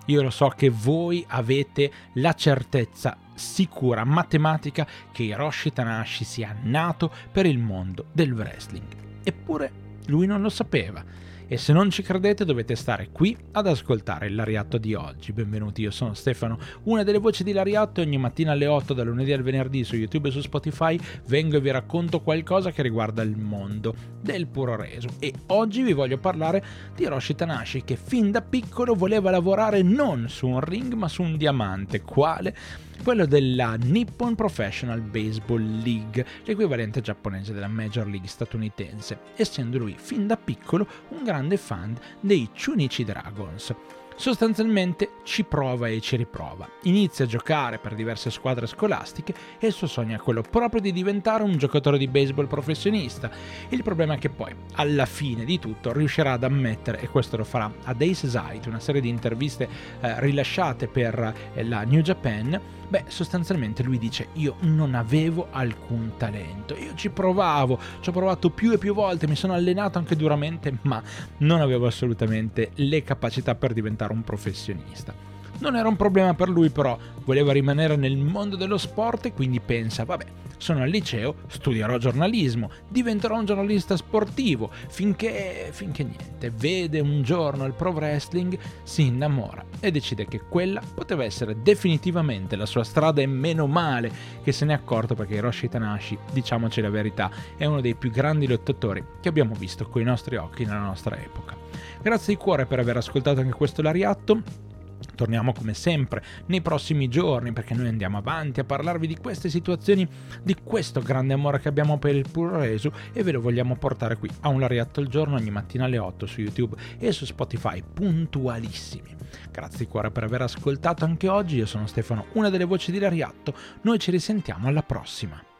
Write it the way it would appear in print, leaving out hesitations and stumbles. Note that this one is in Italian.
Io lo so che voi avete la certezza sicura, matematica, che Hiroshi Tanahashi sia nato per il mondo del wrestling. Eppure lui non lo sapeva. E se non ci credete dovete stare qui ad ascoltare il Lariatto di oggi. Benvenuti, io sono Stefano, una delle voci di Lariatto, e ogni mattina alle 8 dal lunedì al venerdì su YouTube e su Spotify vengo e vi racconto qualcosa che riguarda il mondo del puro reso. E oggi vi voglio parlare di Hiroshi Tanahashi, che fin da piccolo voleva lavorare non su un ring ma su un diamante. Quale? Quello della Nippon Professional Baseball League, l'equivalente giapponese della Major League statunitense, essendo lui fin da piccolo un grande fan dei Chunichi Dragons. Sostanzialmente ci prova e ci riprova, inizia a giocare per diverse squadre scolastiche e il suo sogno è quello proprio di diventare un giocatore di baseball professionista. Il problema è che poi, alla fine di tutto, riuscirà ad ammettere, e questo lo farà ad Ace Site, una serie di interviste rilasciate per la New Japan. Sostanzialmente lui dice: io non avevo alcun talento, io ci ho provato più e più volte, mi sono allenato anche duramente, ma non avevo assolutamente le capacità per diventare un professionista. Non era un problema per lui, però voleva rimanere nel mondo dello sport e quindi pensa: vabbè, sono al liceo, studierò giornalismo, diventerò un giornalista sportivo, finché niente, vede un giorno il pro wrestling, si innamora e decide che quella poteva essere definitivamente la sua strada, e meno male che se ne è accorto, perché Hiroshi Tanahashi, diciamoci la verità, è uno dei più grandi lottatori che abbiamo visto coi nostri occhi nella nostra epoca. Grazie di cuore per aver ascoltato anche questo Lariatto. Torniamo come sempre nei prossimi giorni, perché noi andiamo avanti a parlarvi di queste situazioni, di questo grande amore che abbiamo per il puro reso, e ve lo vogliamo portare qui a un Lariatto al giorno ogni mattina alle 8 su YouTube e su Spotify, puntualissimi. Grazie di cuore per aver ascoltato anche oggi. Io sono Stefano, una delle voci di Lariatto. Noi ci risentiamo alla prossima.